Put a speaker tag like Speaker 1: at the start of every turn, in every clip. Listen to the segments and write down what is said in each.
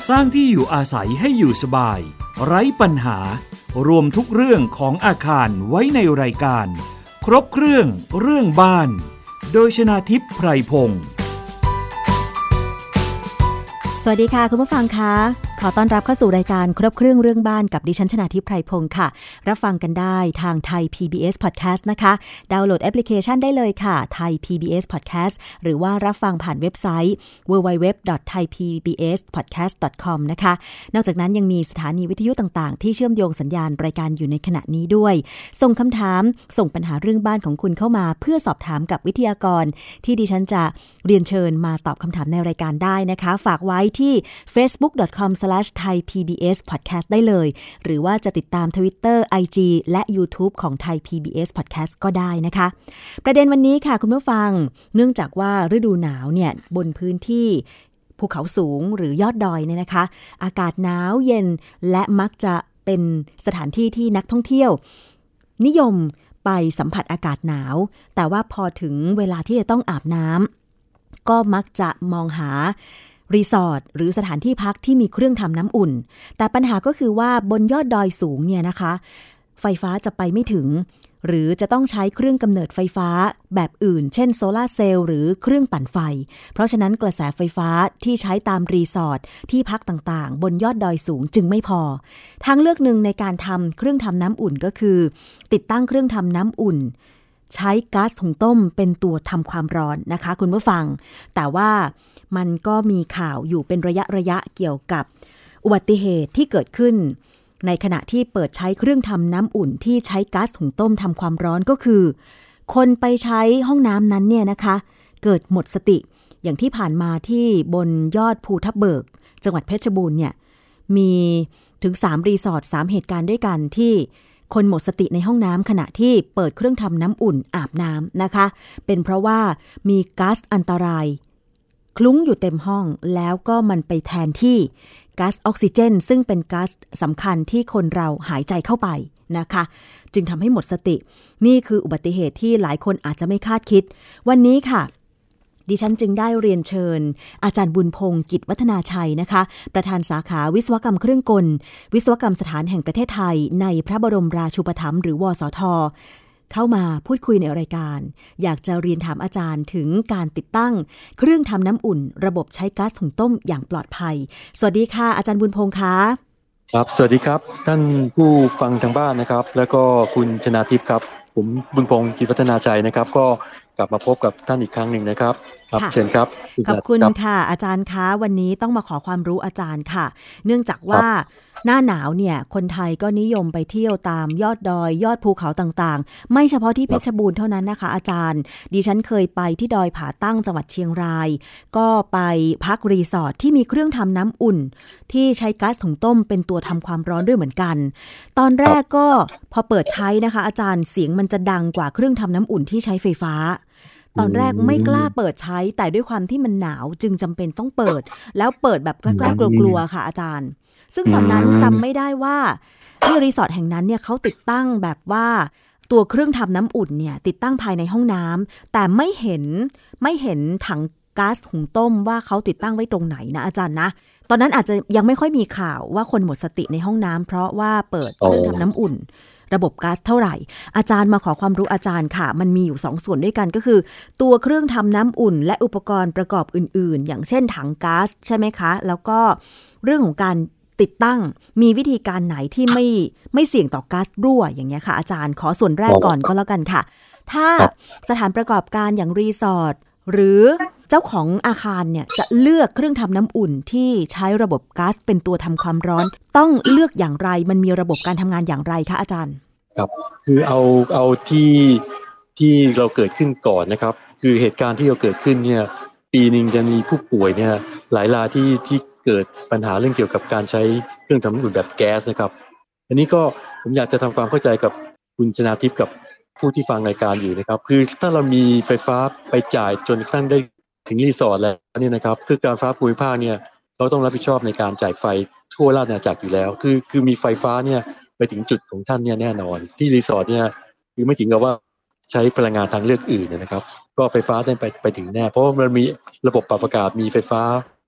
Speaker 1: สร้างที่อยู่อาศัยให้อยู่สบายไร้ปัญหารวมทุกเรื่องของอาคารไว้ในรายการครบเครื่องบ้านโดยชนาทิพย์ไพรพงศ์
Speaker 2: สวัสดีค่ะคุณผู้ฟังคะขอต้อนรับเข้าสู่รายการครบเครื่องเรื่องบ้านกับดิฉันชนาทิพย์ไพรพงศ์ค่ะรับฟังกันได้ทางไทย PBS Podcast นะคะดาวน์โหลดแอปพลิเคชันได้เลยค่ะไทย PBS Podcast หรือว่ารับฟังผ่านเว็บไซต์ www.thaipbspodcast.com นะคะนอกจากนั้นยังมีสถานีวิทยุต่างๆที่เชื่อมโยงสัญญาณรายการอยู่ในขณะนี้ด้วยส่งคำถามส่งปัญหาเรื่องบ้านของคุณเข้ามาเพื่อสอบถามกับวิทยากรที่ดิฉันจะเรียนเชิญมาตอบคำถามในรายการได้นะคะฝากไว้ที่ facebook.com/thaipbspodcast ได้เลยหรือว่าจะติดตาม Twitter IG และ YouTube ของ Thai PBS Podcast ก็ได้นะคะประเด็นวันนี้ค่ะคุณผู้ฟังเนื่องจากว่าฤดูหนาวเนี่ยบนพื้นที่ภูเขาสูงหรือยอดดอยเนี่ยนะคะอากาศหนาวเย็นและมักจะเป็นสถานที่ที่นักท่องเที่ยวนิยมไปสัมผัสอากาศหนาวแต่ว่าพอถึงเวลาที่จะต้องอาบน้ำก็มักจะมองหารีสอร์ทหรือสถานที่พักที่มีเครื่องทำน้ำอุ่นแต่ปัญหาก็คือว่าบนยอดดอยสูงเนี่ยนะคะไฟฟ้าจะไปไม่ถึงหรือจะต้องใช้เครื่องกำเนิดไฟฟ้าแบบอื่นเช่นโซลาร์เซลล์หรือเครื่องปั่นไฟเพราะฉะนั้นกระแสไฟฟ้าที่ใช้ตามรีสอร์ทที่พักต่างๆบนยอดดอยสูงจึงไม่พอทางเลือกหนึ่งในการทำเครื่องทำน้ำอุ่นก็คือติดตั้งเครื่องทำน้ำอุ่นใช้ก๊าซหุงต้มเป็นตัวทำความร้อนนะคะคุณผู้ฟังแต่ว่ามันก็มีข่าวอยู่เป็นระยะเกี่ยวกับอุบัติเหตุที่เกิดขึ้นในขณะที่เปิดใช้เครื่องทำน้ำอุ่นที่ใช้ก๊าซหุงต้มทำความร้อนก็คือคนไปใช้ห้องน้ำนั้นเนี่ยนะคะเกิดหมดสติอย่างที่ผ่านมาที่บนยอดภูทับเบิกจังหวัดเพชรบูรณ์เนี่ยมีถึง3รีสอร์ท3เหตุการณ์ด้วยกันที่คนหมดสติในห้องน้ำขณะที่เปิดเครื่องทำน้ำอุ่นอาบน้ำนะคะเป็นเพราะว่ามีก๊าซอันตรายคลุ้งอยู่เต็มห้องแล้วก็มันไปแทนที่ก๊าซออกซิเจนซึ่งเป็นก๊าซสำคัญที่คนเราหายใจเข้าไปนะคะจึงทำให้หมดสตินี่คืออุบัติเหตุที่หลายคนอาจจะไม่คาดคิดวันนี้ค่ะดิฉันจึงได้เรียนเชิญอาจารย์บุญพงศ์กิจวัฒนาชัยนะคะประธานสาขาวิศวกรรมเครื่องกลวิศวกรรมสถานแห่งประเทศไทยในพระบรมราชูปถัมภ์หรือวสท.เข้ามาพูดคุยในรายการอยากจะเรียนถามอาจารย์ถึงการติดตั้งเครื่องทำน้ำอุ่นระบบใช้ก๊าซหุงต้มอย่างปลอดภัยสวัสดีค่ะอาจารย์บุญพงศ์คะ
Speaker 3: ครับสวัสดีครับท่านผู้ฟังทางบ้านนะครับแล้วก็คุณชนาทิพย์ครับผมบุญพงศ์กิจวัฒนาชัยนะครับก็กลับมาพบกับท่านอีกครั้งหนึ่งนะครับครับเชิญครับ
Speaker 2: ขอบคุณค่ะอาจารย์คะวันนี้ต้องมาขอความรู้อาจารย์ค่ะเนื่องจากว่าหน้าหนาวเนี่ยคนไทยก็นิยมไปเที่ยวตามยอดดอยยอดภูเขาต่างๆไม่เฉพาะที่เพชรบูรณ์เท่านั้นนะคะอาจารย์ดิฉันเคยไปที่ดอยผาตั้งจังหวัดเชียงรายก็ไปพักรีสอร์ทที่มีเครื่องทำน้ำอุ่นที่ใช้ก๊าซหุงต้มเป็นตัวทำความร้อนด้วยเหมือนกันตอนแรกก็พอเปิดใช้นะคะอาจารย์เสียงมันจะดังกว่าเครื่องทำน้ำอุ่นที่ใช้ไฟฟ้าตอนแรกไม่กล้าเปิดใช้แต่ด้วยความที่มันหนาวจึงจำเป็นต้องเปิดแล้วเปิดแบบกล้าๆกลัวๆค่ะอาจารย์ซึ่งตอนนั้นจำไม่ได้ว่าที่รีสอร์ทแห่งนั้นเนี่ยเขาติดตั้งแบบว่าตัวเครื่องทำน้ำอุ่นเนี่ยติดตั้งภายในห้องน้ำแต่ไม่เห็นถังก๊าซหุงต้มว่าเขาติดตั้งไว้ตรงไหนนะอาจารย์นะตอนนั้นอาจจะยังไม่ค่อยมีข่าวว่าคนหมดสติในห้องน้ำเพราะว่าเปิดเครื่องทำน้ำอุ่นระบบก๊าซเท่าไหร่อาจารย์มาขอความรู้อาจารย์ค่ะมันมีอยู่2ส่วนด้วยกันก็คือตัวเครื่องทำน้ำอุ่นและอุปกรณ์ประกอบอื่นๆอย่างเช่นถังก๊าซใช่ไหมคะแล้วก็เรื่องของการติดตั้งมีวิธีการไหนที่ไม่เสี่ยงต่อก๊าซรั่วอย่างเงี้ยค่ะอาจารย์ขอส่วนแรกก่อนก็แล้วกันค่ะถ้าสถานประกอบการอย่างรีสอร์ทหรือเจ้าของอาคารเนี่ยจะเลือกเครื่องทำน้ำอุ่นที่ใช้ระบบก๊าซเป็นตัวทำความร้อนต้องเลือกอย่างไรมันมีระบบการทำงานอย่างไรคะอาจารย์
Speaker 3: ครับคือเอาที่เราเกิดขึ้นก่อนนะครับคือเหตุการณ์ที่เราเกิดขึ้นเนี่ยปีนึงจะมีผู้ป่วยเนี่ยหลายรายที่เกิดปัญหาเรื่องเกี่ยวกับการใช้เครื่องทำน้ำอุ่นแบบแก๊สนะครับอันนี้ก็ผมอยากจะทำความเข้าใจกับคุณชนาทิพย์กับผู้ที่ฟังรายการอยู่นะครับคือถ้าเรามีไฟฟ้าไปจ่ายจนกระทั่งได้ถึงรีสอร์ทแล้วเนี่ยนะครับคือการไฟฟ้าภูมิภาคเนี่ยเขาต้องรับผิดชอบในการจ่ายไฟทั่วราชอาณาจักรอยู่แล้วคือมีไฟฟ้าเนี่ยไปถึงจุดของท่านเนี่ยแน่นอนที่รีสอร์ทเนี่ยคือไม่ถึงกับว่าใช้พลังงานทางเลือกอื่นนะครับก็ไฟฟ้าได้ไปถึงแน่เพราะมันมีระบบปรับอากาศมีไฟฟ้า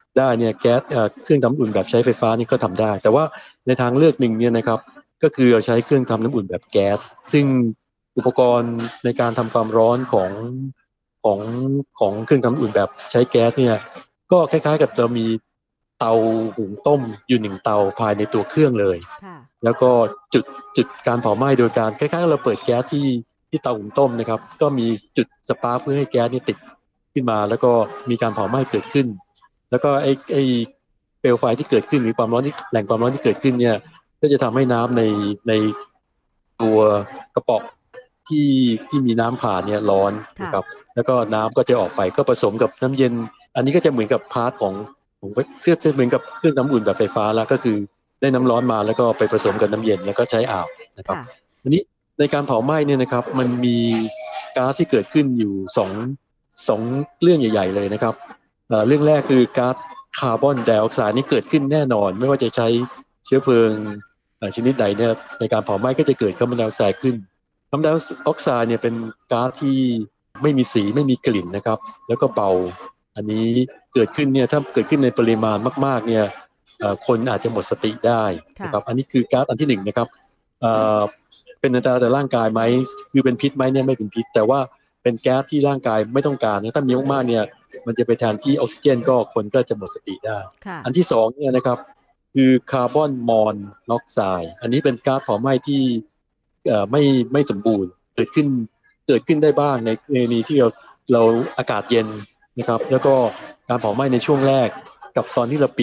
Speaker 3: ได้เนี่ยแก๊สเครื่องทำน้ำอุ่นแบบใช้ไฟฟ้านี่ก็ทำได้แต่ว่าในทางเลือกหนึ่งเนี่ยนะครับก็คือเราใช้เครื่องทำน้ำอุ่นแบบแก๊สซึ่งอุปกรณ์ในการทำความร้อนของของเครื่องทำน้ำอุ่นแบบใช้แก๊สเนี่ยก็คล้ายๆกับเรามีเตาหุงต้มอยู่1 เตาภายในตัวเครื่องเลยแล้วก็จุดการเผาไหม้โดยการคล้ายๆเราเปิดแก๊สที่เตาหุงต้มนะครับก็มีจุดสปาร์คเพื่อให้แก๊สนี่ติดขึ้นมาแล้วก็มีการเผาไหม้เกิดขึ้นแล้วก็ไอ้เปลวไฟที่เกิดขึ้นหรือความร้อนที่แหล่งความร้อนที่เกิดขึ้นเนี่ยก็จะทำให้น้ำในตัวกระป๋องที่มีน้ำผ่านเนี่ยร้อนนะครับแล้วก็น้ำก็จะออกไปก็ผสมกับน้ำเย็นอันนี้ก็จะเหมือนกับพาร์ทของเครื่องจะเหมือนกับเครื่องน้ำอุ่นแบบไฟฟ้าแล้วก็คือได้น้ำร้อนมาแล้วก็ไปผสมกับน้ำเย็นแล้วก็ใช้อาบนะครับอันนี้ในการเผาไหม้เนี่ยนะครับมันมีก๊าซที่เกิดขึ้นอยู่สองเรื่องใหญ่ๆเลยนะครับเรื่องแรกคือก๊าซคาร์บอนไดออกไซด์นี่เกิดขึ้นแน่นอนไม่ว่าจะใช้เชื้อเพลิงชนิดใดเนี่ยในการเผาไหม้ก็จะเกิดคาร์บอนไดออกไซด์ขึ้นคาร์บอนไดออกไซด์เนี่ยเป็นก๊าซที่ไม่มีสีไม่มีกลิ่นนะครับแล้วก็เบาอันนี้เกิดขึ้นเนี่ยถ้าเกิดขึ้นในปริมาณมากๆเนี่ยคนอาจจะหมดสติได้นะครับอันนี้คือก๊าซอันที่1นะครับเป็นอันตรายต่อร่างกายไหมคือเป็นพิษไหมเนี่ยไม่เป็นพิษแต่ว่าเป็นแก๊สที่ร่างกายไม่ต้องการถ้ามีมากๆเนี่ยมันจะไปแทนที่ออกซิเจนก็คนก็จะหมดสติได้อันที่2เนี่ยนะครับคือคาร์บอนมอนอกไซด์อันนี้เป็นก๊าซเผาไหม้ที่ไม่สมบูรณ์เกิดขึ้นได้บ้างในกรณีที่เราอากาศเย็นนะครับแล้วก็การเผาไหม้ในช่วงแรกกับตอนที่เราปิด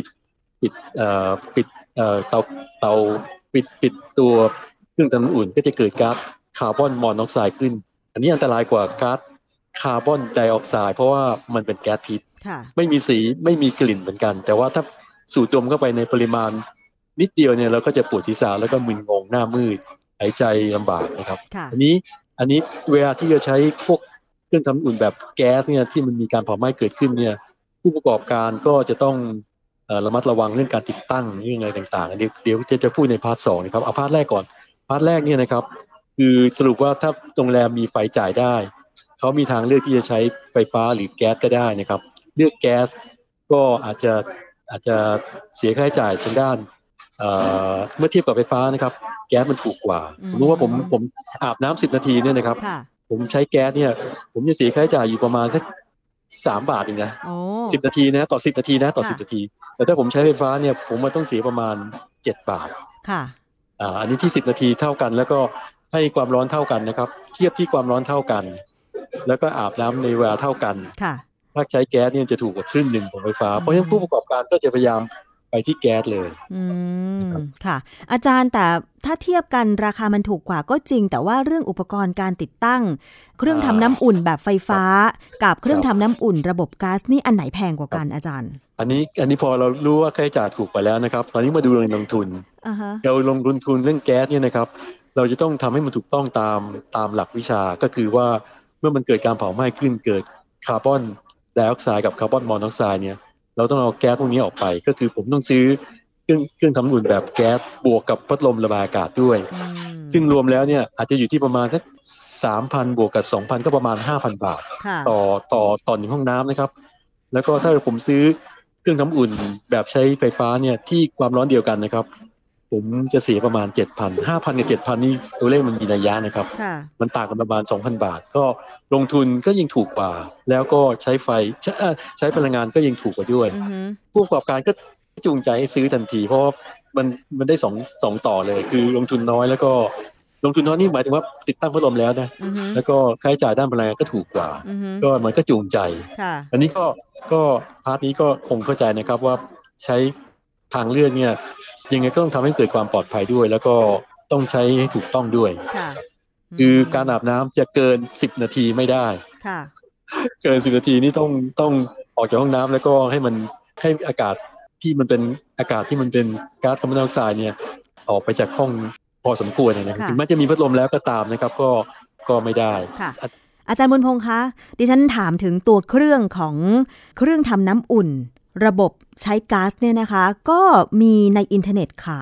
Speaker 3: เตาปิดตัวเครื่องทำน้ำอุ่นก็จะเกิดก๊าซคาร์บอนมอนอกไซด์ขึ้นอันนี้อันตรายกว่าก๊าซคาร์บอนไดออกไซด์เพราะว่ามันเป็นแก๊สพิษไม่มีสีไม่มีกลิ่นเหมือนกันแต่ว่าถ้าสูดดมเข้าไปในปริมาณนิดเดียวเนี่ยเราก็จะปวดศีรษะแล้วก็มึนงงหน้ามืดหายใจลำบากนะครับอันนี้เวลาที่จะใช้พวกเครื่องทำน้ำอุ่นแบบแก๊สเนี่ยที่มันมีการเผาไหม้เกิดขึ้นเนี่ยผู้ประกอบการก็จะต้องระมัดระวังเรื่องการติดตั้งเรื่องอะไรต่างๆเดี๋ยวจะพูดในพาร์ท 2นะครับเอาพาร์ทแรกก่อนพาร์ทแรกเนี่ยนะครับคือสรุปว่าถ้าโรงแรมมีไฟจ่ายได้เขามีทางเลือกที่จะใช้ไฟฟ้าหรือแก๊สก็ได้นะครับเลือกแก๊สก็อาจจะเสียค่าใช้จ่ายทางด้านเมื่อเทียบกับไฟฟ้านะครับแก๊สมันถูกกว่าสมมติว่าผมอาบน้ำ10 นาทีเนี่ยนะครับผมใช้แก๊สเนี่ยผมจะเสียค่าใช้จ่ายอยู่ประมาณสัก3 บาทเองนะ10 นาทีนะต่อ10 นาทีนะต่อ10 นาทีแต่ถ้าผมใช้ไฟฟ้าเนี่ยผมมันต้องเสียประมาณ7 บาท
Speaker 2: ค่ะ
Speaker 3: อันนี้ที่10 นาทีเท่ากันแล้วก็ให้ความร้อนเท่ากันนะครับเทียบที่ความร้อนเท่ากันแล้วก็อาบน้ำในเวลาเท่ากันถ้าใช้แก๊สเนี่ยจะถูกกว่าครึ่งหนึ่งของไฟฟ้าเพราะฉะนั้นผู้ประกอบการก็จะพยายามไปที่แก๊สเลย
Speaker 2: ค่ะอาจารย์แต่ถ้าเทียบกันราคามันถูกกว่าก็จริงแต่ว่าเรื่องอุปกรณ์การติดตั้งเครื่องทำน้ำอุ่นแบบไฟฟ้ากับเครื่องทำน้ำอุ่นระบบก๊าซนี่อันไหนแพงกว่ากันอาจารย์
Speaker 3: อันนี้พอเรารู้ว่าค่าใช้จ่ายถูกไปแล้วนะครับตอนนี้มาดูเรื่องลงทุนเราลงทุนเรื่องแก๊สเนี่ยนะครับเราจะต้องทำให้มันถูกต้องตามหลักวิชาก็คือว่าเมื่อมันเกิดการเผาไหม้ขึ้นเกิดคาร์บอนไดออกไซด์กับคาร์บอนมอนอกไซด์เนี่ยเราต้องเอาแก๊สพวกนี้ออกไปก็คือผมต้องซื้อเครื่องทำน้ำอุ่นแบบแก๊สบวกกับพัดลมระบายอากาศด้วยซึ่งรวมแล้วเนี่ยอาจจะอยู่ที่ประมาณสัก 3,000 บวกกับ 2,000 ก็ประมาณ 5,000 บาทต่อ1ห้องน้ำนะครับแล้วก็ถ้าผมซื้อเครื่องทำอุ่นแบบใช้ไฟฟ้าเนี่ยที่ความร้อนเดียวกันนะครับผมจะเสียประมาณ 7,000 5,000 กับ 7,000 นี่ตัวเลขมันมีนัยยะนะครับมันต่างกันประมาณ 2,000 บาทก็ลงทุนก็ยิ่งถูกกว่าแล้วก็ใช้พลังงานก็ยิ่งถูกกว่าด้วยผู้ประกอบการก็จูงใจให้ซื้อทันทีเพราะมันได้สองต่อเลยคือลงทุนน้อยแล้วก็ลงทุนน้อยนี่หมายถึงว่าติดตั้งพัดลมแล้วนะแล้วก็ค่าใช้จ่ายด้านพลังงานก็ถูกกว่าก็มันก็จูงใจอันนี้ก็พาร์ทนี้ก็คงเข้าใจนะครับว่าใช้ทางเลือกเนี่ยยังไงก็ต้องทำให้เกิดความปลอดภัยด้วยแล้วก็ต้องใช้ให้ถูกต้องด้วยคือการอาบน้ำจะเกิน10 นาทีไม่ได้เกิน10 นาทีนี่ต้องออกจากห้องน้ำแล้วก็ให้อากาศที่มันเป็นอากาศที่มันเป็นก๊าซคาร์บอนไดออกไซด์เนี่ยออกไปจากห้องพอสมควรนะครับถึงแม้จะมีพัดลมแล้วก็ตามนะครับก็ไม่ได้
Speaker 2: อาจารย์บุญพงษ์คะดิฉันถามถึงตัวเครื่องของเครื่องทำน้ำอุ่นระบบใช้ก๊าซเนี่ยนะคะก็มีในอินเทอร์เน็ตขาย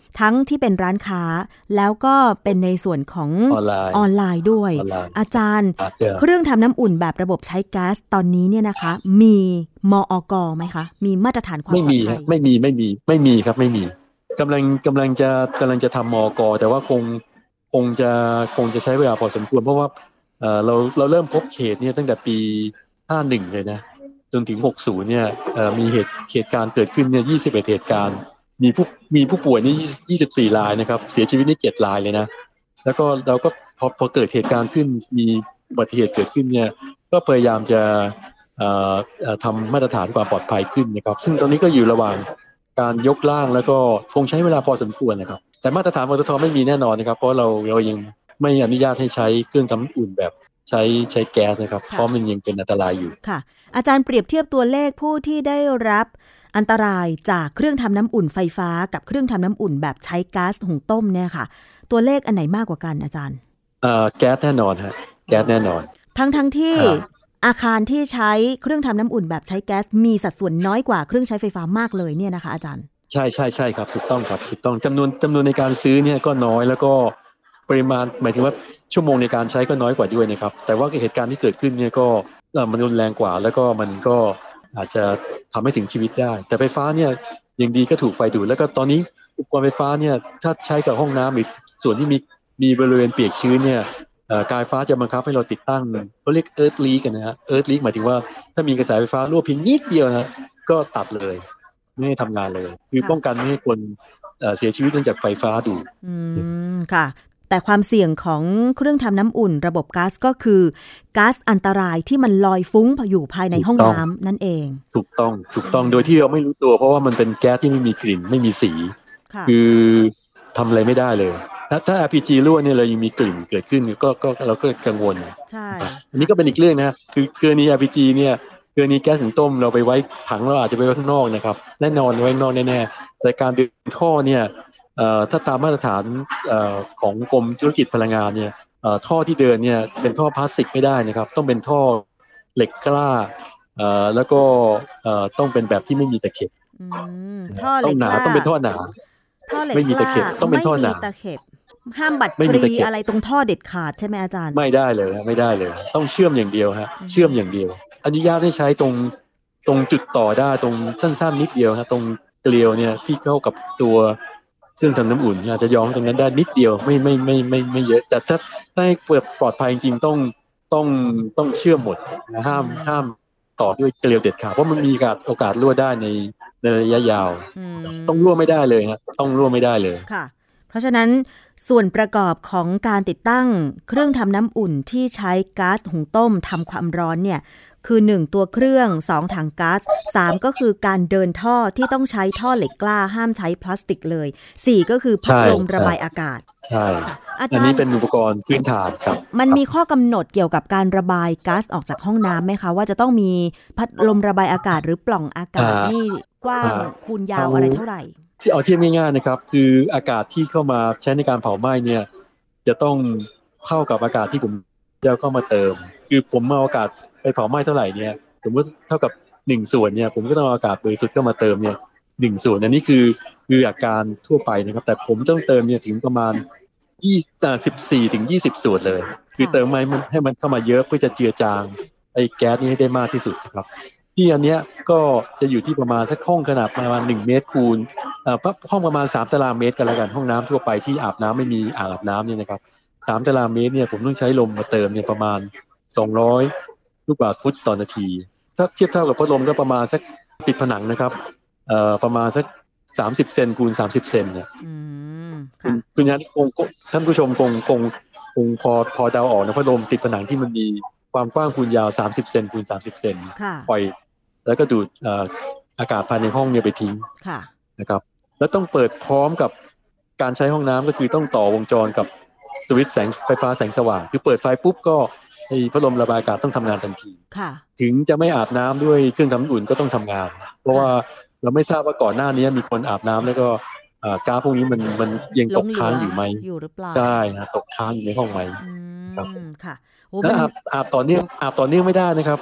Speaker 2: ทั้งที่เป็นร้านค้าแล้วก็เป็นในส่วนของ
Speaker 3: อ
Speaker 2: อนไลน์ด้วยอาจารย์เครื่องทำน้ำอุ่นแบบระบบใช้แก๊สตอนนี้เนี่ยนะคะมีมอก.ไหมคะมีมาตรฐานความปลอดภัย
Speaker 3: ไม่มีครับไม่มีกำลังจะทำมอก.แต่ว่าคงจะใช้เวลาพอสมควรเพราะว่าเราเริ่มพบเคสเนี่ยตั้งแต่ปี51เลยนะจนถึง60เนี่ยมีเหตุการณ์เกิดขึ้นเนี่ย21เหตุการณ์มีผู้ป่วยนี่24รายนะครับเสียชีวิตนี่7รายเลยนะแล้วก็เราก็พอเกิดเหตุการณ์ขึ้นมีอุบัติเหตุเกิดขึ้นเนี่ยก็พยายามจะทำมาตรฐานความปลอดภัยขึ้นนะครับซึ่งตอนนี้ก็อยู่ระหว่างการยกร่างแล้วก็คงใช้เวลาพอสมควรนะครับแต่มาตรฐานปตท.ไม่มีแน่นอนนะครับเพราะเรายังไม่อนุญาตให้ใช้เครื่องทำน้ำอุ่นแบบใช้แก๊สนะครับเพราะมันยังเป็นอันตรายอยู่
Speaker 2: ค่ะอาจารย์เปรียบเทียบตัวเลขผู้ที่ได้รับอันตรายจากเครื่องทำน้ำอุ่นไฟฟ้ากับเครื่องทำน้ำอุ่นแบบใช้ก๊าซหุงต้มเนี่ยค่ะตัวเลขอันไหนมากกว่ากันอาจารย์
Speaker 3: แก๊สแน่นอนฮะแก๊สแน่นอน
Speaker 2: ทั้งที่อาคารที่ใช้เครื่องทำน้ำอุ่นแบบใช้แก๊สมีสัดส่วนน้อยกว่าเครื่องใช้ไฟฟ้ามากเลยเนี่ยนะคะอาจารย์
Speaker 3: ใช่ครับถูกต้องครับถูกต้องจำนวนในการซื้อเนี่ยก็น้อยแล้วก็ปริมาณหมายถึงว่าชั่วโมงในการใช้ก็น้อยกว่าด้วยนะครับแต่ว่าเหตุการณ์ที่เกิดขึ้นเนี่ยก็มันรุนแรงกว่าแล้วก็มันก็อาจจะทำให้ถึงชีวิตได้แต่ไฟฟ้าเนี่ยอย่างดีก็ถูกไฟดูดแล้วก็ตอนนี้อุปกรณ์ไฟฟ้าเนี่ยถ้าใช้กับห้องน้ำหรือส่วนที่มีบริเวณเปียกชื้นเนี่ยการไฟฟ้าจะบังคับให้เราติดตั้งเขาเรียก Earth Leak กันนะฮะ Earth Leak หมายถึงว่าถ้ามีกระแสไฟฟ้ารั่วเพียงนิดเดียวนะก็ตัดเลยไม่ให้ทำงานเลยคือป้องกันไม่ให้คนเสียชีวิตเนื่องจากไฟฟ้าดูด
Speaker 2: ค่ะแต่ความเสี่ยงของเครื่องทำน้ำอุ่นระบบก๊าซก็คือก๊าซอันตรายที่มันลอยฟุ้งอยู่ภายในห้องน้ำนั่นเอง
Speaker 3: ถูกต้องโดยที่เราไม่รู้ตัวเพราะว่ามันเป็นแก๊สที่ไม่มีกลิ่นไม่มีสีคือทำอะไรไม่ได้เลยถ้า RPG รั่วเนี่ยเรายังมีกลิ่นเกิดขึ้นก็เราก็กังวล
Speaker 2: ใช่
Speaker 3: อันนี้ก็เป็นอีกเรื่องนะคือเครื่องนี้ RPG เนี่ยเครื่องนี้แก๊สหุงต้มเราไปไว้ถังเราอาจจะไปไว้ข้างนอกนะครับแน่นอนไว้ข้างนอกแน่ๆแต่การดึงท่อเนี่ยถ้าตามมาตรฐานของกรมธุรกิจพลังงานเนี่ยท่อที่เดินเนี่ยเป็นท่อพลาสติกไม่ได้นะครับต้องเป็นท่อเหล็กกล้าแล้วก็ต้องเป็นแบบที่ไม่มีตะเข็บ
Speaker 2: ท่อเหล็กกล้า
Speaker 3: ต้องเป็นท่อหนาไม่มีตะเข็บต้องเป็นท่อหนา
Speaker 2: ห้ามบัดกรีอะไรตรงท่อเด็ดขาดใช่ไหมอาจารย์
Speaker 3: ไม่ได้เลยต้องเชื่อมอย่างเดียวฮะเชื่อมอย่างเดียวอนุญาตให้ใช้ตรงจุดต่อได้ตรงสั้นๆนิดเดียวฮะตรงเกลียวเนี่ยที่เข้ากับตัวเครื่องทำน้ำอุ่นอาจจะย้อมตรงนั้นได้นิดเดียวไม่เยอะแต่ถ้าให้ปลอดภัยจริงๆต้องเชื่อมหมดนะห้ามต่อด้วยเกลียวเด็ดขาดเพราะมันมีโอกาสรั่วได้ในระยะยาวต้องรั่วไม่ได้เลยฮะต้องรั่วไม่ได้เลย
Speaker 2: ค่ะเพราะฉะนั้นส่วนประกอบของการติดตั้งเครื่องทำน้ำอุ่นที่ใช้ก๊าซหุงต้มทำความร้อนเนี่ยคือ1ตัวเครื่อง2ถังก๊าซ3ก็คือการเดินท่อที่ต้องใช้ท่อเหล็กกล้าห้ามใช้พลาสติกเลย4ก็คือพัดลมระบายอากาศ
Speaker 3: ใช่อันนี้เป็นอุปกรณ์พื้นฐานครับ
Speaker 2: มันมีข้อกำหนดเกี่ยวกับการระบายก๊าซออกจากห้องน้ำไหมคะว่าจะต้องมีพัดลมระบายอากาศหรือปล่องอากาศนี่กว้างคูณยาวอะไรเท่าไหร่
Speaker 3: ที่เอาเทียบง่ายๆนะครับคืออากาศที่เข้ามาใช้ในการเผาไหม้เนี่ยจะต้องเท่ากับอากาศที่ผมจะเข้ามาเติมคือผมเอาอากาศไปเผาไหม้เท่าไหร่เนี่ยสมมติเท่ากับ1ส่วนเนี่ยผมก็ต้องเอาอากาศบริสุทธิ์เข้ามาเติมเนี่ย1ส่วนอันนี้คืออาการทั่วไปนะครับแต่ผมต้องเติมเนี่ยถึงประมาณ14ถึง20ส่วนเลยคือเติมให้มันเข้ามาเยอะเพื่อจะเจือจางไอ้แก๊สนี้ให้ได้มากที่สุดนะครับที่อันเนี้ยก็จะอยู่ที่ประมาณสักห้องขนาดประมาณ1เมตรคูณห้องประมาณ3ตารางเมตรกันแล้วกันห้องน้ำทั่วไปที่อาบน้ำไม่มีอ่างอาบน้ำเนี่ยนะครับ3ตารางเมตรเนี่ยผมต้องใช้ลมมาเติมเนี่ยประมาณ200ลูกบาศก์ฟุตต่อนาทีถ้าเทียบเท่ากับพัดลมก็ประมาณสักติดผนังนะครับประมาณสัก30เซนคูณ30เซนเนี่ยคุณยันท่านผู้ชมคงพอเดาออกนะพัดลมติดผนังที่มันมีความกว้างคูณยาว30เซนคูณ30เซนปล่อยแล้วก็ดูดอากาศภายในห้องเนี่ยไปทิ้งนะครับแล้วต้องเปิดพร้อมกับการใช้ห้องน้ำก็คือต้องต่อวงจรกับสวิตช์แสงไฟฟ้าแสงสว่างคือเปิดไฟปุ๊บก็ไอ้พัดลมระบายอากาศต้องทำงานทันทีถึงจะไม่อาบน้ำด้วยเครื่องทำน้ำอุ่นก็ต้องทำงานเพราะว่าเราไม่ทราบว่าก่อนหน้านี้มีคนอาบน้ำแล้วก็ก๊าซพวกนี้มันยังตกค้างอยู่ไหมใช่ฮะตกค้างอยู่ในห้องไหมครับ
Speaker 2: ค่ะ
Speaker 3: แล้วอาบต่อเนื่องไม่ได้นะครับ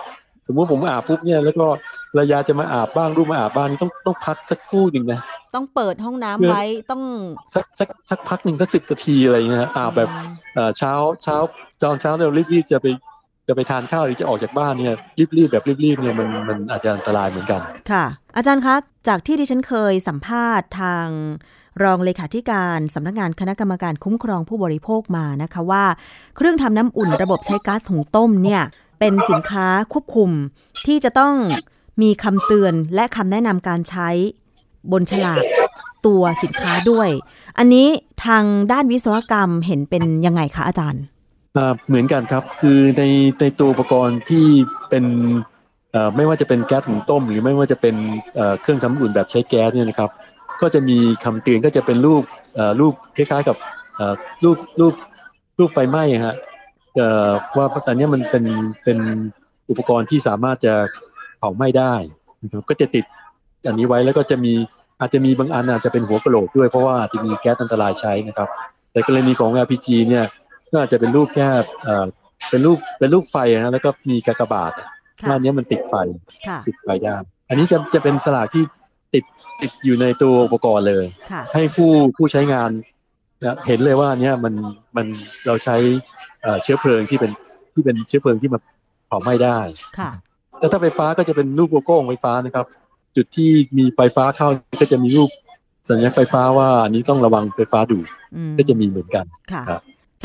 Speaker 3: สมมุติผมอาบปุ๊บเนี่ยแล้วก็ภรรยาจะมาอาบบ้างลูกมาอาบบ้างนี่ต้องพักสักครู่หนึ่งนะ
Speaker 2: ต้องเปิดห้องน้ำไว้ต้อง
Speaker 3: สักพักหนึ่งสัก10 นาทีอะไรเงี้ยอาบแบบเช้าตอนเช้าเรารีบๆจะไปทานข้าวหรือจะออกจากบ้านเนี่ยรีบเนี่ยมันอาจจะอันตรายเหมือนกัน
Speaker 2: ค่ะอาจารย์คะจากที่ดิฉันเคยสัมภาษณ์ทางรองเลขาธิการสำนักงานคณะกรรมการคุ้มครองผู้บริโภคมานะคะว่าเครื่องทำน้ำอุ่นระบบใช้ก๊าซหุงต้มเนี่ยเป็นสินค้าควบคุมที่จะต้องมีคำเตือนและคำแนะนำการใช้บนฉลากตัวสินค้าด้วยอันนี้ทางด้านวิศวกรรมเห็นเป็นยังไงคะอาจารย์
Speaker 3: เหมือนกันครับคือในตัวอุปกรณ์ที่เป็นไม่ว่าจะเป็นแก๊สหุงต้มหรือไม่ว่าจะเป็นเครื่องทำน้ำอุ่นแบบใช้แก๊สเนี่ยนะครับก็จะมีคำเตือนก็จะเป็นรูปคล้ายๆกับรูปไฟไหม้ฮะว่าตอนนี้มันเป็นอุปกรณ์ที่สามารถจะเผาไหม้ได้นะครับก็จะติดอันนี้ไว้แล้วก็อาจจะมีบางอันอาจจะเป็นหัวกะโหลกด้วยเพราะว่าอาจจะมีแก๊สอันตรายใช้นะครับแต่กรณีของ LPG เนี่ยก็อาจจะเป็นรูปแค่เป็นรูปไฟนะแล้วก็มีกากบาทว่านี้มันติดไฟได้อันนี้จะเป็นสลากที่ติดอยู่ในตัวอุปกรณ์เลยให้ผู้ใช้งานเห็นเลยว่าเนี้ยมันเราใช้เชื้อเพลิงที่เป็นเชื้อเพลิงที่มาเผาไหม้ได้แต่ถ้าไฟฟ้าก็จะเป็นรูปโลโก้ไฟฟ้านะครับจุดที่มีไฟฟ้าเข้าก็จะมีรูปสัญลักษณ์ไฟฟ้าว่าอันนี้ต้องระวังไฟฟ้าดูดก็จะมีเหมือนกันครับ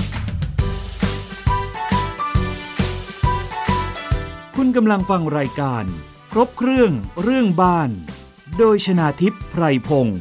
Speaker 1: คุณกำลังฟังรายการครบเครื่องบ้านโดยชนาทิพย์ไพรพงศ์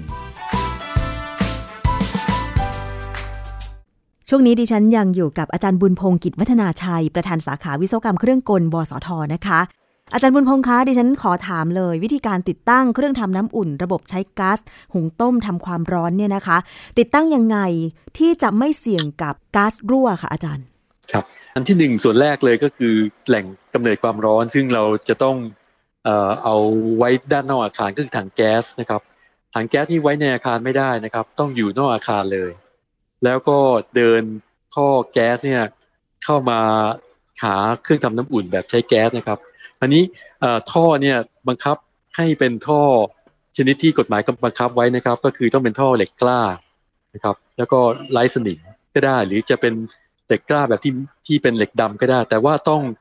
Speaker 2: ช่วงนี้ดิฉันยังอยู่กับอาจารย์บุญพงศ์กิจวัฒนาชัยประธานสาขาวิศวกรรมเครื่องกลวสท.นะคะอาจารย์บุญพงศ์คะดิฉันขอถามเลยวิธีการติดตั้งเครื่องทำน้ำอุ่นระบบใช้ก๊าซหุงต้มทำความร้อนเนี่ยนะคะติดตั้งยังไงที่จะไม่เสี่ยงกับก๊าซรั่วค่ะอาจารย์
Speaker 3: ครับอันที่หนึ่งส่วนแรกเลยก็คือแหล่งกำเนิดความร้อนซึ่งเราจะต้องเอาไว้ด้านนอกอาคารก็คือถังแก๊สนะครับถังแก๊สที่ไว้ในอาคารไม่ได้นะครับต้องอยู่นอกอาคารเลยแล้วก็เดินท่อแก๊สเนี่ยเข้ามาหาเครื่องทำน้ำอุ่นแบบใช้แก๊สนะครับอันนี้ท่อเนี่ยบังคับให้เป็นท่อชนิดที่กฎหมายบังคับไว้นะครับก็คือต้องเป็นท่อเหล็กกล้านะครับแล้วก็ไร้สนิมก็ได้หรือจะเป็นเหล็กกล้าแบบที่เป็นเหล็กดำก็ได้แต่ว่า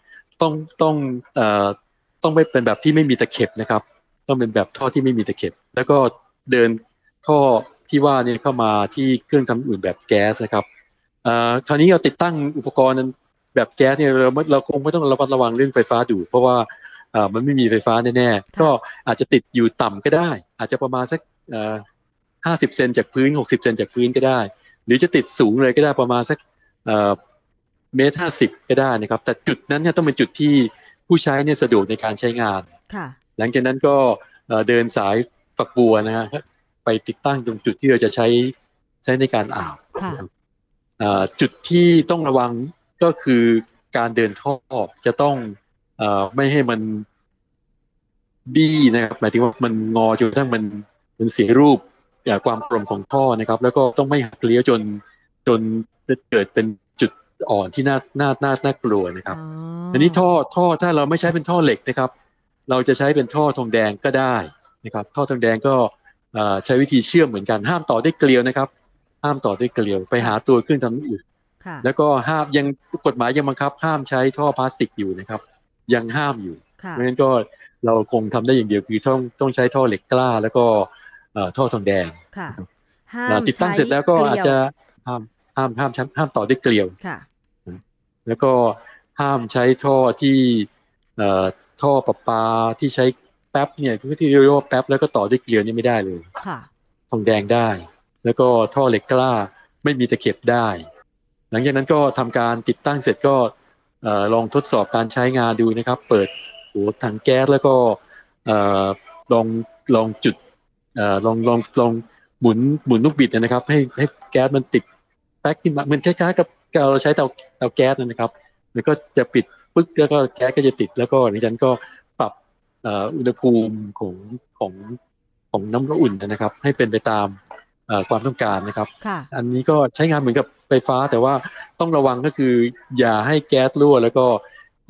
Speaker 3: ต้องไม่เป็นแบบที่ไม่มีตะเข็บนะครับต้องเป็นแบบท่อที่ไม่มีตะเข็บแล้วก็เดินท่อที่ว่าเนี่ยเข้ามาที่เครื่องทำน้ำอุ่นแบบแก๊สนะครับคราวนี้เราติดตั้งอุปกรณ์แบบแก๊สเนี่ยเราคงไม่ต้องระมัดระวังเรื่องไฟฟ้าดูดเพราะว่ามันไม่มีไฟฟ้าแน่ๆก็อาจจะติดอยู่ต่ำก็ได้อาจจะประมาณสัก50 เซนจากพื้น60 เซนจากพื้นก็ได้หรือจะติดสูงเลยก็ได้ประมาณสัก1.50 เมตรก็ได้นะครับแต่จุดนั้นเนี่ยต้องเป็นจุดที่ผู้ใช้เนี่ยสะดวกในการใช้งานหลังจากนั้นก็เดินสายฝักบัวนะฮะไปติดตั้งตรงจุดที่เราจะใช้ในการอาบจุดที่ต้องระวังก็คือการเดินท่อจะต้องไม่ให้มันบี้นะครับหมายถึงว่ามันงอจนกระทั่งมันเสียรูปความกลมของท่อนะครับแล้วก็ต้องไม่หักเลี้ยวจนเกิดเป็นจุดอ่อนที่น่ากลัวนะครับอันนี้ท่อถ้าเราไม่ใช้เป็นท่อเหล็กนะครับเราจะใช้เป็นท่อทองแดงก็ได้นะครับท่อทองแดงก็ใช้วิธีเชื่อมเหมือนกันห้ามต่อด้วยเกลียวนะครับห้ามต่อด้วยเกลียวไปหาตัวเครื่องทำน้ำอุ่นแล้วก็ห้ามยังกฎหมายยังบังคับห้ามใช้ท่อพลาสติกอยู่นะครับยังห้ามอยู่เพราะฉะนั้นก็เราคงทำได้อย่างเดียวคือต้องใช้ท่อเหล็กกล้าแล้วก็ท่อทองแดงติดตั้งเสร็จแล้วก็อาจจะห้ามต่อด้วยเกลียวแล้วก็ห้ามใช้ท่อที่ท่อประปาที่ใช้แป๊บเนี่ยที่เรียกว่าแป๊บแล้วก็ต่อด้วยเกลียวนี่ไม่ได้เลยทองแดงได้แล้วก็ท่อเหล็กกล้าไม่มีตะเข็บได้หลังจากนั้นก็ทำการติดตั้งเสร็จก็ลองทดสอบการใช้งานดูนะครับเปิดหัวถังแก๊สแล้วก็ลองจุดลองหมุนลูกบิดนะครับให้แก๊สมันติดแป๊กขึ้นมาเหมือนคล้ายๆกับเราใช้เตาแก๊สนะครับมันก็จะปิดปึ๊กแล้วก็แก๊สก็จะติดแล้วก็หลังจากนั้นก็ปรับอุณหภูมิของน้ำอุ่นนะครับให้เป็นไปตามความต้องการนะครับอันนี้ก็ใช้งานเหมือนกับไฟฟ้าแต่ว่าต้องระวังก็คืออย่าให้แก๊สรั่วแล้วก็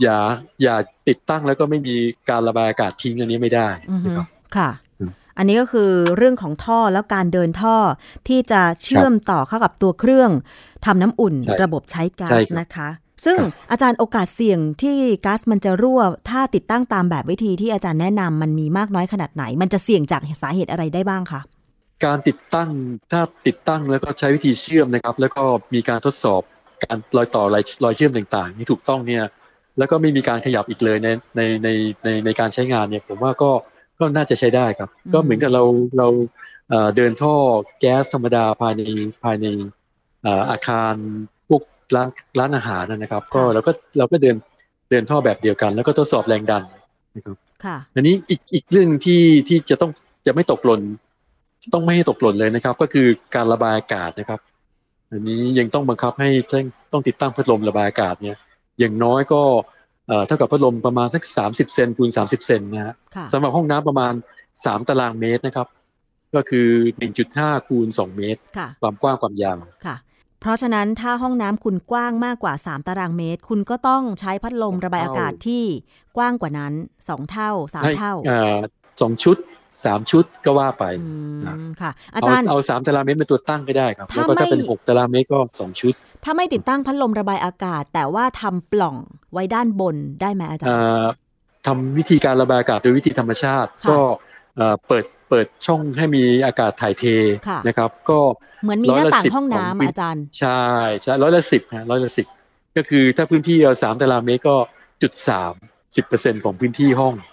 Speaker 3: อย่าติดตั้งแล้วก็ไม่มีการระบายอากาศทิ้งอันนี้ไม่ได้นะครับ
Speaker 2: ค่ะอันนี้ก็คือเรื่องของท่อแล้วการเดินท่อที่จะเชื่อมต่อเข้ากับตัวเครื่องทำน้ำอุ่นระบบใช้ก๊าซนะคะซึ่งอาจารย์โอกาสเสี่ยงที่ก๊าซมันจะรั่วถ้าติดตั้งตามแบบวิธีที่อาจารย์แนะนำมันมีมากน้อยขนาดไหนมันจะเสี่ยงจากสาเหตุอะไรได้บ้างคะ
Speaker 3: การติดตั้งถ้าติดตั้งแล้วก็ใช้วิธีเชื่อมนะครับแล้วก็มีการทดสอบการรอยต่อรอยเชื่อมต่างๆที่ถูกต้องเนี่ยแล้วก็ไม่มีการขยับอีกเลยในการใช้งานเนี่ยผมว่าก็น่าจะใช้ได้ครับก็เหมือนกับเราเดินท่อแก๊สธรรมดาภายในอาคารพวกร้านอาหารนะครับก็เราก็เดินท่อแบบเดียวกันแล้วก็ทดสอบแรงดันนะครับอันนี้อีกเรื่องที่จะไม่ตกหล่นต้องไม่ให้ตกหล่นเลยนะครับก็คือการระบายอากาศนะครับอันนี้ยังต้องบังคับให้ต้องติดตั้งพัดลมระบายอากาศเนี่ยอย่างน้อยก็เท่ากับพัดลมประมาณสัก30 เซนคูณ30 เซนนะฮะสำหรับห้องน้ำประมาณ3 ตารางเมตรนะครับก็คือ 1.5 คูณ 2 เมตรความกว้างความยาว
Speaker 2: ค่ะเพราะฉะนั้นถ้าห้องน้ำคุณกว้างมากกว่า3 ตารางเมตรคุณก็ต้องใช้พัดลมระบายอากาศที่กว้างกว่านั้น2 เท่า3 เท่า
Speaker 3: 2 ชุด3 ชุดก็ว่าไป
Speaker 2: ค่ะอาจารย์
Speaker 3: เอา3 ตารางเมตรเป็นตัวตั้งก็ได้ครับแล้วก็ถ้าเป็น6 ตารางเมตรก็2 ชุด
Speaker 2: ถ้าไม่ติดตั้งพัดลมระบายอากาศแต่ว่าทำปล่องไว้ด้านบนได้ไหมอาจารย์
Speaker 3: ทำวิธีการระบายอากาศโดยวิธีธรรมชาติก็เปิดช่องให้มีอากาศถ่ายเทนะครับก็
Speaker 2: เหมือนมีหน้าต่างห้องน้ำอาจารย์
Speaker 3: ใช่110 110ก็คือถ้าพื้นที่เรา3 ตารางเมตรก็0.3 10% ของพื้นที่ห้อง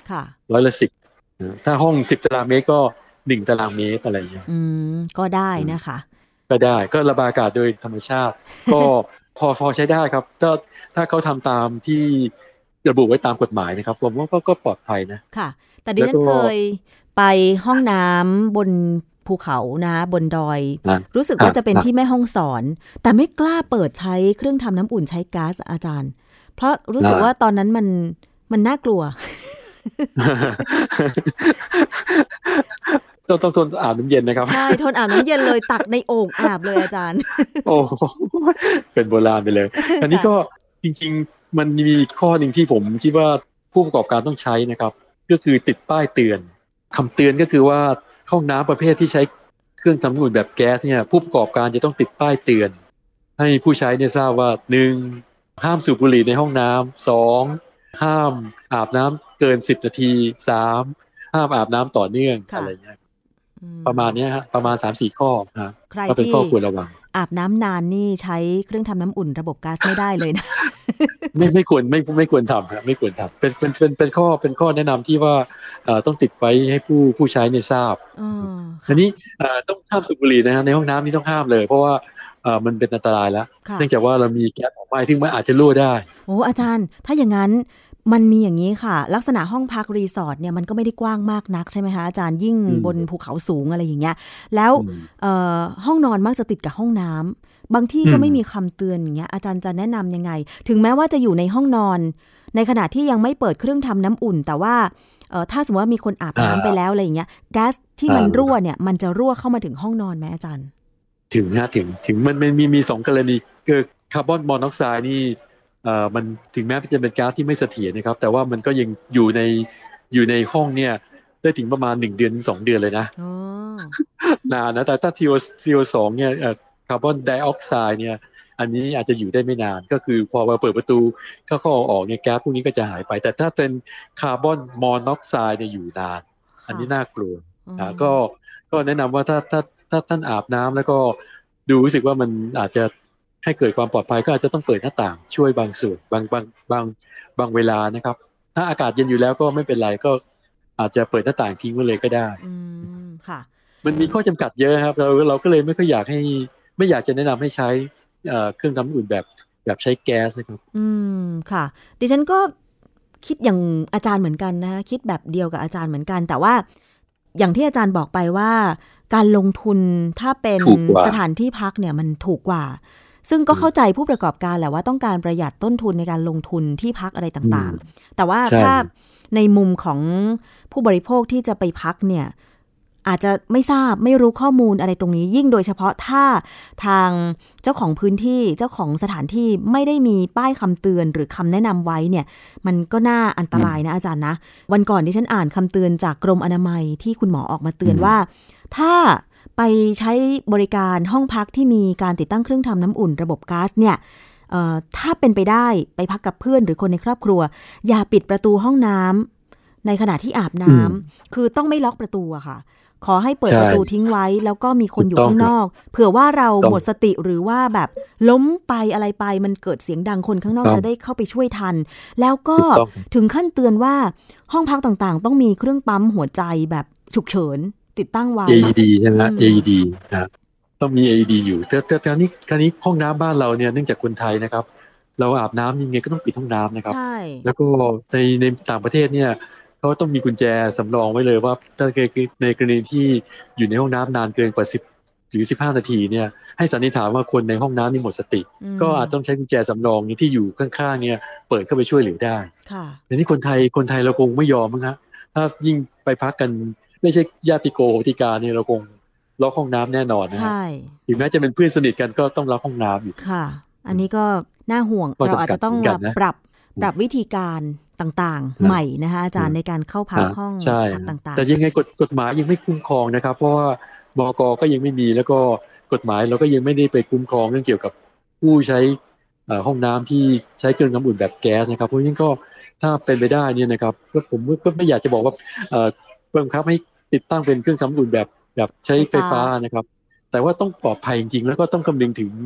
Speaker 3: 110ถ้าห้อง10 ตารางเมตรก็1 ตารางเมตรอะไรอย่างเงี้ย
Speaker 2: ก็ได้นะคะ
Speaker 3: ก็ได้ก็ระบายอากาศโดยธรรมชาติก็พอใช้ได้ครับถ้าเขาทำตามที่ระบุไว้ตามกฎหมายนะครับผมว่าก็ปลอดภัยนะ
Speaker 2: ค่ะแต่ดิฉันเคยไปห้องน้ำบนภูเขานะบนดอยรู้สึกว่าจะเป็นที่แม่ห้องสอนแต่ไม่กล้าเปิดใช้เครื่องทำน้ำอุ่นใช้ก๊าซอาจารย์เพราะรู้สึกว่าตอนนั้นมันน่ากลัว
Speaker 3: ต้องทนอาบน้ำเย็นนะครับ
Speaker 2: ใช่ทนอาบน้ำเย็นเลยตักในโอ่งอาบเลยอาจารย์
Speaker 3: โอ้เป็นโบราณไปเลยอันนี้ก็จริงๆมันมีข้อหนึ่งที่ผมคิดว่าผู้ประกอบการต้องใช้นะครับก็คือติดป้ายเตือนคำเตือนก็คือว่าห้องน้ำประเภทที่ใช้เครื่องทำน้ำอุ่นแบบแก๊สเนี่ยผู้ประกอบการจะต้องติดป้ายเตือนให้ผู้ใช้เนี่ยทราบว่า 1. ห้ามสูบบุหรี่ในห้องน้ำ 2. ห้ามอาบน้ำเกิน10 นาที 3. ห้ามอาบน้ำต่อเนื่องอะไรเงี้ยประมาณนี้ฮะประมาณ 3-4 ข้อนะก็เป็นข้อควรระวัง
Speaker 2: อาบน้ำนานนี่ใช้เครื่องทำน้ำอุ่นระบบก๊าซไม่ได้เลยนะ
Speaker 3: ไม่ควรทำครับไม่ควรทำเป็นข้อแนะนำที่ว่าต้องติดไว้ให้ผู้ใช้เนี่ยทราบอันนี้ต้องห้ามสูบบุหรี่นะฮะในห้องน้ำนี่ต้องห้ามเลยเพราะว่ามันเป็นอันตรายแล้วเนื่องจากว่าเรามีแก๊สออกมาซึ่งมันอาจจะรั่วได้
Speaker 2: โอ้อาจารย์ถ้าอย่างนั้นมันมีอย่างนี้ค่ะลักษณะห้องพักรีสอร์ทเนี่ยมันก็ไม่ได้กว้างมากนักใช่ไหมคะอาจารย์ยิ่งบนภูเขาสูงอะไรอย่างเงี้ยแล้วห้องนอนมักจะติดกับห้องน้ำบางที่ก็ไม่มีคำเตือนอย่างเงี้ยอาจารย์จะแนะนำยังไงถึงแม้ว่าจะอยู่ในห้องนอนในขณะที่ยังไม่เปิดเครื่องทำน้ำอุ่นแต่ว่าถ้าสมมติว่ามีคนอาบน้ำไปแล้วอะไรอย่างเงี้ยแก๊สที่มันรั่วเนี่ยมันจะรั่วเข้ามาถึงห้องนอนไหมอาจารย์
Speaker 3: ถึงมันมี2 กรณีคือคาร์บอนมอนอกไซด์นี่มันถึงแม้จะเป็นก๊าซที่ไม่เสถียรนะครับแต่ว่ามันก็ยังอยู่ในห้องเนี่ยได้ถึงประมาณ1 เดือนถึง 2 เดือนเลยนะนานนะแต่ถ้า CO2 เนี่ยคาร์บอนไดออกไซด์เนี่ยอันนี้อาจจะอยู่ได้ไม่นานก็คือพอเราเปิดประตูเข้าออกเนี่ยแก๊สพวกนี้ก็จะหายไปแต่ถ้าเป็นคาร์บอนมอนอกไซด์เนี่ยอยู่นานอันนี้น่ากลัวก็แนะนำว่าถ้าท่านอาบน้ำแล้วก็ดูรู้สึกว่ามันอาจจะให้เกิดความปลอดภัยก็อาจจะต้องเปิดหน้าต่างช่วยบางส่วนบางเวลานะครับถ้าอากาศเย็นอยู่แล้วก็ไม่เป็นไรก็อาจจะเปิดหน้าต่างทิ้งไว้เลยก็ได้
Speaker 2: ค่ะ
Speaker 3: มันมีข้อจำกัดเยอะครับเราก็เลยไม่อยากจะแนะนำให้ใช้เครื่องทำน้ำอุ่นแบบใช้แก๊สนะครับ
Speaker 2: ค่ะดิฉันก็คิดอย่างอาจารย์เหมือนกันนะคิดแบบเดียวกับอาจารย์เหมือนกันแต่ว่าอย่างที่อาจารย์บอกไปว่าการลงทุนถ้าเป็นสถานที่พักเนี่ยมันถูกกว่าซึ่งก็เข้าใจผู้ประกอบการแหละว่าต้องการประหยัดต้นทุนในการลงทุนที่พักอะไรต่างๆแต่ว่าถ้าในมุมของผู้บริโภคที่จะไปพักเนี่ยอาจจะไม่ทราบไม่รู้ข้อมูลอะไรตรงนี้ยิ่งโดยเฉพาะถ้าทางเจ้าของพื้นที่เจ้าของสถานที่ไม่ได้มีป้ายคำเตือนหรือคำแนะนำไว้เนี่ยมันก็น่าอันตรายนะอาจารย์นะวันก่อนที่ฉันอ่านคำเตือนจากกรมอนามัยที่คุณหมอออกมาเตือนว่าถ้าไปใช้บริการห้องพักที่มีการติดตั้งเครื่องทำน้ำอุ่นระบบก๊าซเนี่ยถ้าเป็นไปได้ไปพักกับเพื่อนหรือคนในครอบครัวอย่าปิดประตูห้องน้ำในขณะที่อาบน้ำคือต้องไม่ล็อกประตูอะค่ะขอให้เปิดประตูทิ้งไว้แล้วก็มีคนอยู่ข้างนอกเผื่อว่าเราหมดสติหรือว่าแบบล้มไปอะไรไปมันเกิดเสียงดังคนข้างนอกจะได้เข้าไปช่วยทันแล้วก็ถึงขั้นเตือนว่าห้องพักต่างๆต้องมีเครื่องปั๊มหัวใจแบบฉุกเฉินติดตั้งไว้
Speaker 3: AED ใช่ไหม AED นะต้องมี AED อยู่แต่คราวนี้ห้องน้ำบ้านเราเนี่ยเนื่องจากคนไทยนะครับเราอาบน้ำยังไงก็ต้องปิดห้องน้ำนะครับแล้วก็ในต่างประเทศเนี่ยเขาต้องมีกุญแจสำรองไว้เลยว่าถ้าในกรณีที่อยู่ในห้องน้ำนานเกินกว่า10 หรือ 15 นาทีเนี่ยให้สันนิษฐานว่าคนในห้องน้ำนี่หมดสติก็อาจต้องใช้กุญแจสำรองนี้ที่อยู่ข้างๆเนี่ยเปิดเข้าไปช่วยเหลือได้แต่นี่คนไทยเราคงไม่ยอมมั้งฮะถ้ายิ่งไปพักกันไม่ใช่ญาติโกโหติกาเนี่ยเราคงล็อกห้องน้ำแน่นอนนะถึงแม้จะเป็นเพื่อนสนิทกันก็ต้องล็อกห้องน้ำอยู่ค่ะ
Speaker 2: อันนี้ก็น่าห่วงเราอาจจะต้องปรับวิธีการต่างๆใหม่นะคะอาจารย์ในการเข้าพักห้องพักต่างๆ
Speaker 3: แต่ยังไงกฎหมายยังไม่คุ้มครองนะครับเพราะว่าบก.ก็ยังไม่มีแล้วก็กฎหมายเราก็ยังไม่ได้ไปคุ้มครองเรื่องเกี่ยวกับผู้ใช้ห้องน้ำที่ใช้เครื่องน้ำอุ่นแบบแก๊สนะครับเพราะฉะนั้นก็ถ้าเป็นไปได้เนี่ยนะครับก็ผมก็ไม่อยากจะบอกว่าบังคับให้ติดตั้งเป็นเครื่องทำน้ำอุ่นแบบใช้ไฟฟ้านะครับแต่ว่าต้องปลอดภัยจริงๆแล้วก็ต้องคำนึงถึง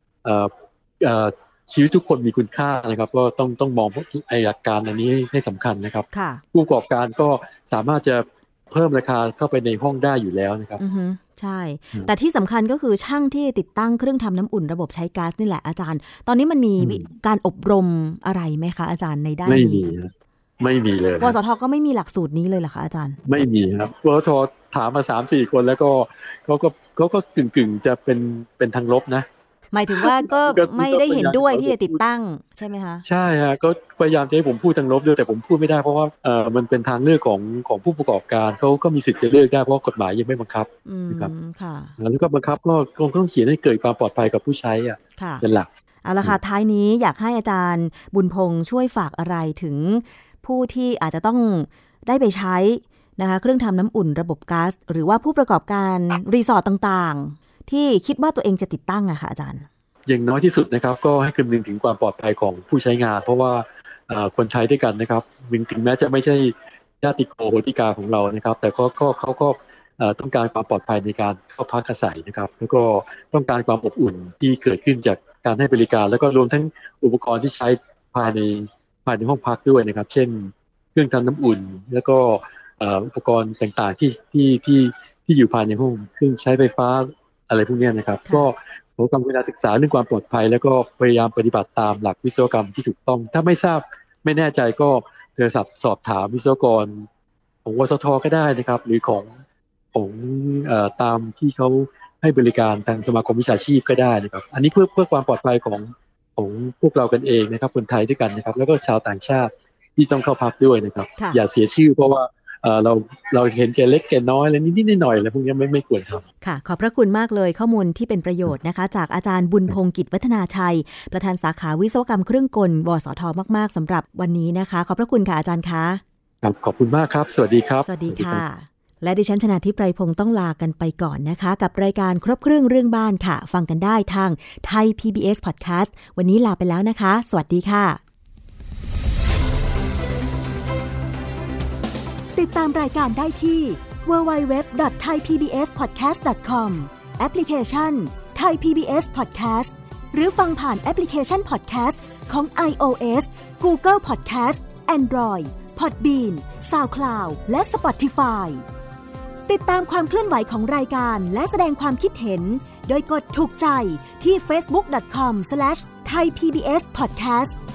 Speaker 3: ชีวิตทุกคนมีคุณค่านะครับก็ต้องมองหลักการอันนี้ให้สำคัญนะครับผู้ประกอบการก็สามารถจะเพิ่มราคาเข้าไปในห้องได้อยู่แล้วนะครับ
Speaker 2: ใช่แต่ที่สำคัญก็คือช่างที่ติดตั้งเครื่องทำน้ำอุ่นระบบใช้ก๊าซนี่แหละอาจารย์ตอนนี้มันมีการอบรมอะไรไหมคะอาจารย์ในด้านนี้
Speaker 3: ไม่มีเลยว
Speaker 2: สท.ก็ไม่มีหลักสูตรนี้เลยเหรอคะอาจารย์
Speaker 3: ไม่มีครับวสท.ถามมา 3-4 คนแล้วก็เขาก็กึ่งจะเป็นทางลบนะ
Speaker 2: หมายถึงว่าก็ไม่ได้เห็นด้วยที่จะติดตั้งใช่ไหมคะ
Speaker 3: ใช่ฮะก็พยายามจะให้ผมพูดทางลบด้วยแต่ผมพูดไม่ได้เพราะว่ามันเป็นทางเลือกของผู้ประกอบการเขาก็มีสิทธิ์จะเลือกได้เพราะกฎหมายยังไม่บังคับนะครับแล้วก็บังคับก็ต้องเขียนให้เกิดความปลอดภัยกับผู้ใช้เป็นหลัก
Speaker 2: เอาละค่ะท้ายนี้อยากให้อาจารย์บุญพงษ์ช่วยฝากอะไรถึงผู้ที่อาจจะต้องได้ไปใช้นะคะเครื่องทำน้ำอุ่นระบบก๊าซหรือว่าผู้ประกอบการรีสอร์ทต่างๆที่คิดว่าตัวเองจะติดตั้งอะค่ะอาจารย์
Speaker 3: อย่างน้อยที่สุดนะครับก็ให้คำนึงถึงความปลอดภัยของผู้ใช้งานเพราะว่าคนใช้ด้วยกันนะครับถึงแม้จะไม่ใช่ญาติโกโหติกาของเรานะครับแต่เขาก็ต้องการความปลอดภัยในการเข้าพักอาศัยนะครับแล้วก็ต้องการความอบอุ่นที่เกิดขึ้นจากการให้บริการแล้วก็รวมทั้งอุปกรณ์ที่ใช้ภายในห้องพักด้วยนะครับเช่นเครื่องทำน้ำอุ่นแล้วก็อุปกรณ์ต่างๆที่อยู่ภายในห้องเครื่องใช้ไฟฟ้าอะไรพวกนี้นะครับก็ขอกรุณาศึกษาเรื่องความปลอดภัยแล้วก็พยายามปฏิบัติตามหลักวิศวกรรมที่ถูกต้องถ้าไม่ทราบไม่แน่ใจก็โทรศัพท์สอบถามวิศวกรของวสท.ก็ได้นะครับหรือของตามที่เขาให้บริการทางสมาคมวิชาชีพก็ได้นะครับอันนี้เพื่อความปลอดภัยของพวกเรากันเองนะครับคนไทยด้วยกันนะครับแล้วก็ชาวต่างชาติที่ต้องเข้าพักด้วยนะครับอย่าเสียชื่อเพราะว่าเราเห็นแก่เล็กแก่น้อยอะไรนิดๆหน่อยๆอะไรพวกนี้ไม่ควรทำ
Speaker 2: ค่ะขอบพระคุณมากเลยข้อมูลที่เป็นประโยชน์นะคะจากอาจารย์บุญพงษ์กิจวัฒนาชัยประธานสาขาวิศวกรรมเครื่องกลวสท.มากๆสำหรับวันนี้นะคะขอบพระคุณค่ะอาจารย์คะ
Speaker 3: ครับขอบคุณมากครับสวัสดีครับ
Speaker 2: สวัสดีค่ะและดิฉันชนาธิปไพรพงษ์ต้องลากันไปก่อนนะคะกับรายการครบเครื่องเรื่องบ้านค่ะฟังกันได้ทางไทย PBS Podcast วันนี้ลาไปแล้วนะคะสวัสดีค่ะติดตามรายการได้ที่ www.thaipbspodcast.com แอปพลิเคชัน Thai PBS Podcast หรือฟังผ่านแอปพลิเคชัน Podcast ของ iOS Google Podcast Android Podbean SoundCloud และ Spotify ติดตามความเคลื่อนไหวของรายการและแสดงความคิดเห็นโดยกดถูกใจที่ facebook.com/thaipbspodcast